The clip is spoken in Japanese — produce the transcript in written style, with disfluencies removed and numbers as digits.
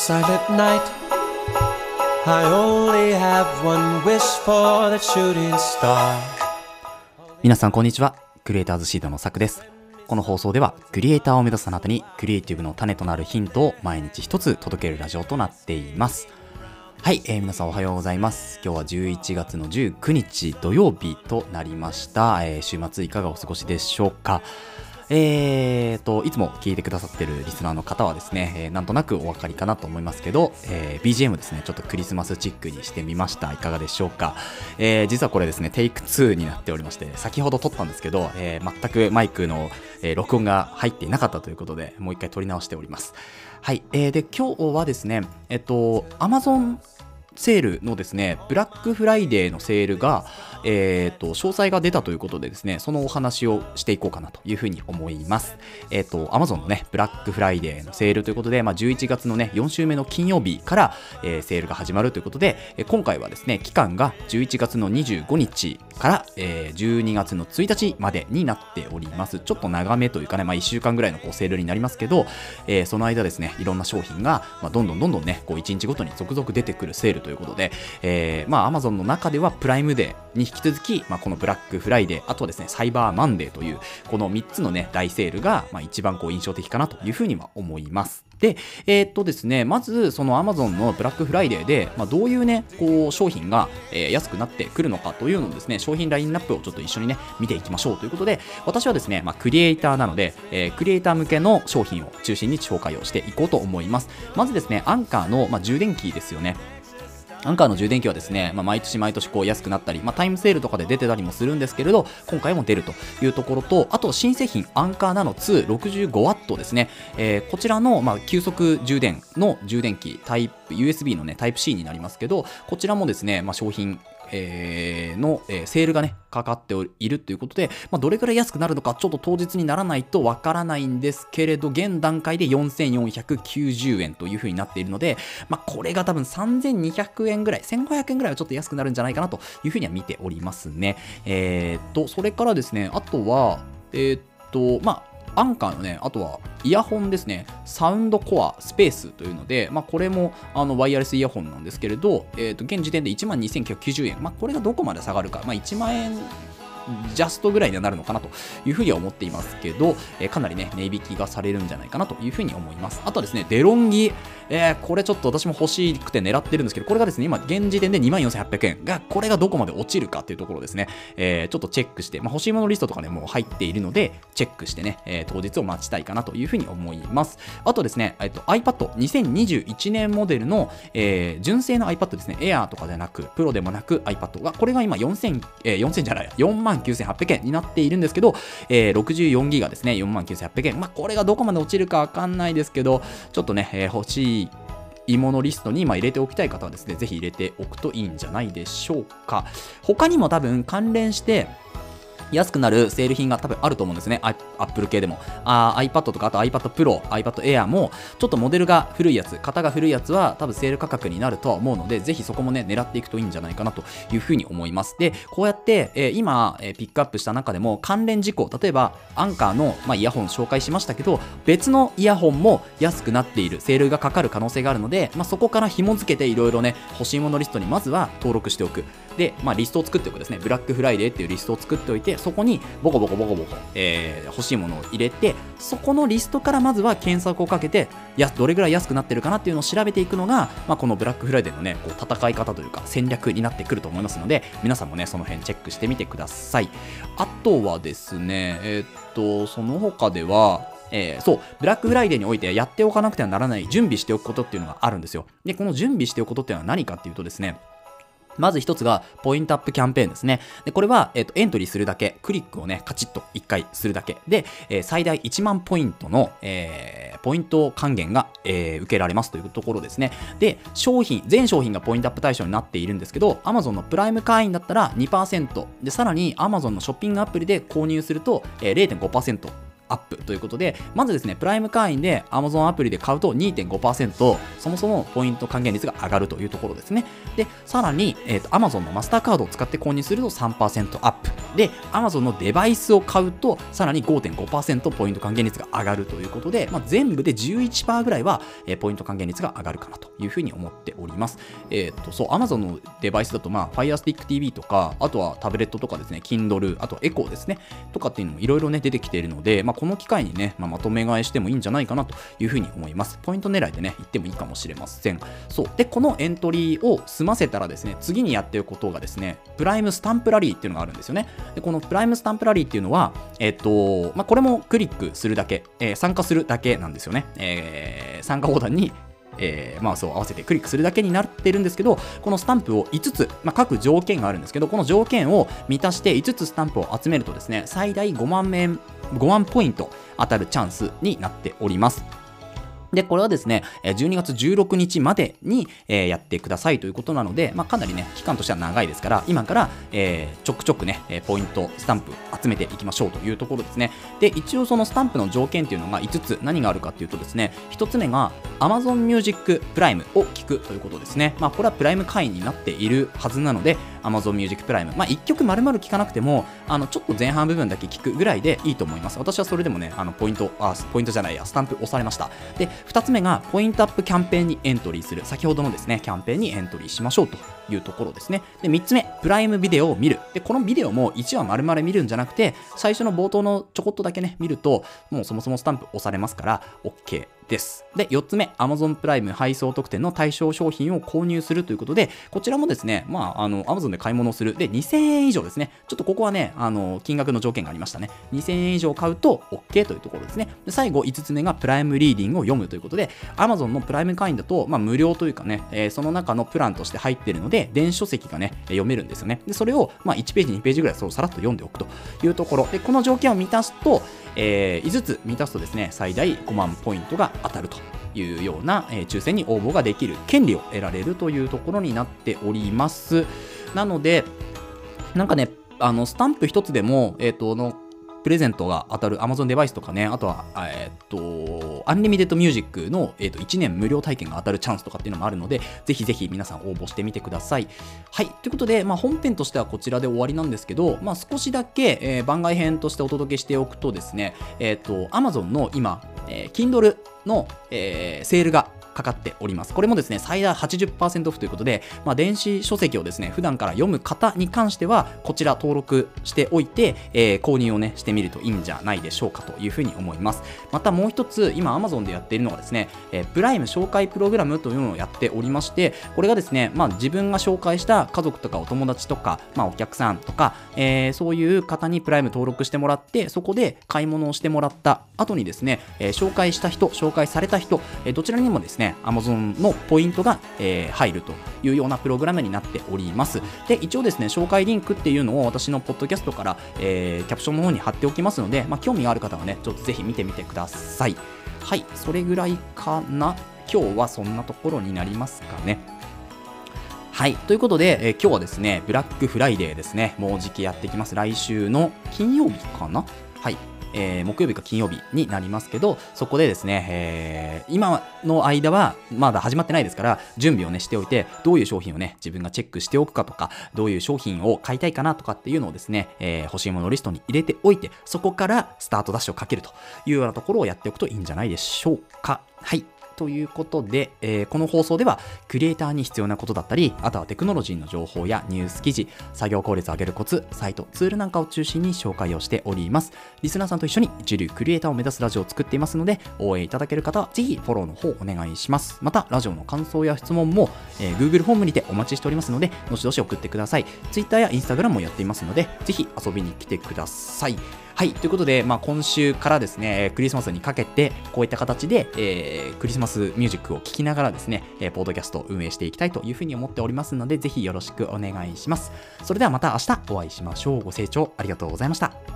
silent night. I only have one wish for the shooting star. 皆さんこんにちは。クリエイターズシードのさくです。この放送ではクリエイターを目指すあなたにクリエイティブの種となるヒントを毎日一つ届けるラジオとなっています。はい、皆さんおはようございます。今日は11月の19日土曜日となりました。週末いかがお過ごしでしょうか。いつも聞いてくださってるリスナーの方はですね、なんとなくお分かりかなと思いますけど、BGM ですね、ちょっとクリスマスチックにしてみました。いかがでしょうか。実はこれですね、テイク2になっておりまして、先ほど撮ったんですけど、全くマイクの、録音が入っていなかったということで、もう一回撮り直しております。はい、で、今日はですね、Amazon セールのですね、ブラックフライデーのセールが、詳細が出たということでですね、そのお話をしていこうかなというふうに思います。Amazon のね、ブラックフライデーのセールということで、11月のね、4週目の金曜日から、セールが始まるということで、今回はですね、期間が11月の25日から、12月の1日までになっております。ちょっと長めというかね、1週間ぐらいのセールになりますけど、その間ですね、いろんな商品が、どんどんね、1日ごとに続々出てくるセールということで、Amazon の中ではプライムデーに引き続き、このブラックフライデー、あとはですね、サイバーマンデーという、この3つのね、大セールが、一番印象的かなというふうには思います。で、ですね、まず、その Amazon のブラックフライデーで、どういうね、商品が、安くなってくるのかというのをですね、商品ラインナップをちょっと一緒にね、見ていきましょうということで、私はですね、クリエイターなので、クリエイター向けの商品を中心に紹介をしていこうと思います。まずですね、アンカーの、充電器ですよね。アンカーの充電器はですね、毎年安くなったり、タイムセールとかで出てたりもするんですけれど、今回も出るというところと、あと新製品アンカーナノ2 65W ですね、こちらの、急速充電の充電器タイプ USB のねタイプ C になりますけど、こちらもですね、商品のセールがねかかっているということで、どれくらい安くなるのかちょっと当日にならないとわからないんですけれど、現段階で4490円という風になっているので、これが多分3200円ぐらい、1500円ぐらいはちょっと安くなるんじゃないかなという風には見ておりますね。それからですね、あとはアンカーのね、あとはイヤホンですね、サウンドコアスペースというので、これもワイヤレスイヤホンなんですけれど、現時点で12,990円、これがどこまで下がるか、1万円ジャストぐらいにはなるのかなというふうには思っていますけど、かなりね値引きがされるんじゃないかなというふうに思います。あとはですね、デロンギ、これちょっと私も欲しくて狙ってるんですけど、これがですね今現時点で 24,800 円が、これがどこまで落ちるかというところですね、ちょっとチェックして、欲しいものリストとかねもう入っているのでチェックしてね、当日を待ちたいかなというふうに思います。あとですね、iPad 2021年モデルの、純正の iPad ですね、Air とかでなくプロでもなく iPad が、これが今49,800円になっているんですけど、64ギガですね、49,800円。これがどこまで落ちるかわかんないですけど、ちょっとね、欲しいものリストに入れておきたい方はですね、ぜひ入れておくといいんじゃないでしょうか。他にも多分関連して安くなるセール品が多分あると思うんですね。Apple 系でも。iPad とか、あと iPad Pro、iPad Air も、ちょっとモデルが古いやつ、型が古いやつは多分セール価格になるとは思うので、ぜひそこもね、狙っていくといいんじゃないかなというふうに思います。で、こうやって、今、ピックアップした中でも関連事項、例えば、アンカーの、イヤホン紹介しましたけど、別のイヤホンも安くなっている、セールがかかる可能性があるので、そこから紐付けていろいろね、欲しいものリストにまずは登録しておく。で、リストを作っておくですね。ブラックフライデーっていうリストを作っておいて、そこにボコボコ、欲しいものを入れて、そこのリストからまずは検索をかけて、どれぐらい安くなってるかなっていうのを調べていくのが、このブラックフライデーのね、戦い方というか戦略になってくると思いますので、皆さんもね、その辺チェックしてみてください。あとはですね、その他では、ブラックフライデーにおいてやっておかなくてはならない準備しておくことっていうのがあるんですよ。で、この準備しておくことっていうのは何かっていうとですね、まず一つがポイントアップキャンペーンですね。で、これは、エントリーするだけ、クリックをね、カチッと1回するだけで、最大1万ポイントの、ポイント還元が、受けられますというところですね。で、全商品がポイントアップ対象になっているんですけど、Amazon のプライム会員だったら 2%、で、さらに Amazon のショッピングアプリで購入すると、0.5% アップということで、まずですね、プライム会員で Amazon アプリで買うと 2.5% そもそもポイント還元率が上がるというところですね。で、さらに、Amazon のマスターカードを使って購入すると 3% アップ。で、Amazon のデバイスを買うと、さらに 5.5% ポイント還元率が上がるということで、全部で 11% ぐらいは、ポイント還元率が上がるかなというふうに思っております。そう、Amazon のデバイスだと、Fire Stick TV とか、あとはタブレットとかですね、Kindle、あとはエコーですね、とかっていうのもいろいろね、出てきているので、この機会にね、まとめ買いしてもいいんじゃないかなというふうに思います。ポイント狙いでね、行ってもいいかもしれません。そう。で、このエントリーを済ませたらですね、次にやっていることがですね、プライムスタンプラリーっていうのがあるんですよね。で、このプライムスタンプラリーっていうのは、これもクリックするだけ、参加するだけなんですよね。参加ボタンにそう合わせてクリックするだけになってるんですけど、このスタンプを5つ、各条件があるんですけど、この条件を満たして5つスタンプを集めるとですね、最大5万ポイント当たるチャンスになっております。で、これはですね、12月16日までに、やってくださいということなので、かなりね、期間としては長いですから、今から、ちょくちょくね、ポイント、スタンプ集めていきましょうというところですね。で、一応そのスタンプの条件というのが5つ、何があるかというとですね、1つ目が Amazon Music プライムを聞くということですね。これはプライム会員になっているはずなので、Amazon Music プライム、1曲丸々聞かなくても、ちょっと前半部分だけ聞くぐらいでいいと思います。私はそれでもね、ポイントじゃないや、スタンプ押されました。で、2つ目がポイントアップキャンペーンにエントリーする。先ほどのですね、キャンペーンにエントリーしましょうというところですね。で、3つ目、プライムビデオを見る。で、このビデオも1話丸々見るんじゃなくて、最初の冒頭のちょこっとだけね、見ると、もうそもそもスタンプ押されますから、OK。です。で、4つ目、Amazon プライム配送特典の対象商品を購入するということで、こちらもですね、Amazon で買い物をする。で、2000円以上ですね。ちょっとここはね、金額の条件がありましたね。2000円以上買うと OK というところですね。で、最後、5つ目がプライムリーディングを読むということで、Amazon のプライム会員だと、無料というかね、その中のプランとして入っているので、電子書籍がね、読めるんですよね。で、それを、1ページ、2ページぐらいさらっと読んでおくというところ。で、この条件を満たすと、5つ満たすとですね、最大5万ポイントが当たるというような、抽選に応募ができる権利を得られるというところになっております。なので、なんかね、スタンプ一つでも、プレゼントが当たる Amazon デバイスとかね、あとは、アンリミテッドミュージックの、1年無料体験が当たるチャンスとかっていうのもあるので、ぜひぜひ皆さん応募してみてください。はい。ということで、本編としてはこちらで終わりなんですけど、少しだけ、番外編としてお届けしておくとですね、Amazon の今、Kindle の、セールがかかっております。これもですね、最大 80% オフということで、電子書籍をですね、普段から読む方に関しては、こちら登録しておいて、購入をね、してみるといいんじゃないでしょうかというふうに思います。またもう一つ、今 Amazon でやっているのがですね、プライム紹介プログラムというのをやっておりまして、これがですね、自分が紹介した家族とかお友達とか、お客さんとか、そういう方にプライム登録してもらって、そこで買い物をしてもらった後にですね、紹介した人、紹介された人、どちらにもですね、Amazon のポイントが、入るというようなプログラムになっております。で、一応ですね、紹介リンクっていうのを私のポッドキャストから、キャプションの方に貼っておきますので、興味がある方はね、ちょっとぜひ見てみてください。はい、それぐらいかな。今日はそんなところになりますかね。はい。ということで、今日はですね、ブラックフライデーですね。もうじきやってきます。来週の金曜日かな。はい。木曜日か金曜日になりますけど、そこでですね、今の間はまだ始まってないですから、準備をねしておいて、どういう商品をね自分がチェックしておくかとか、どういう商品を買いたいかなとかっていうのをですね、欲しいものリストに入れておいて、そこからスタートダッシュをかけるというようなところをやっておくといいんじゃないでしょうか。はい。ということで、この放送ではクリエイターに必要なことだったり、あとはテクノロジーの情報やニュース記事、作業効率を上げるコツ、サイト、ツールなんかを中心に紹介をしております。リスナーさんと一緒に一流クリエイターを目指すラジオを作っていますので、応援いただける方はぜひフォローの方お願いします。またラジオの感想や質問も、Google フォームにてお待ちしておりますので、どしどし送ってください。Twitter や Instagram もやっていますので、ぜひ遊びに来てください。はい。ということで、今週からですね、クリスマスにかけて、こういった形で、クリスマスミュージックを聴きながらですね、ポッドキャストを運営していきたいというふうに思っておりますので、ぜひよろしくお願いします。それではまた明日お会いしましょう。ご清聴ありがとうございました。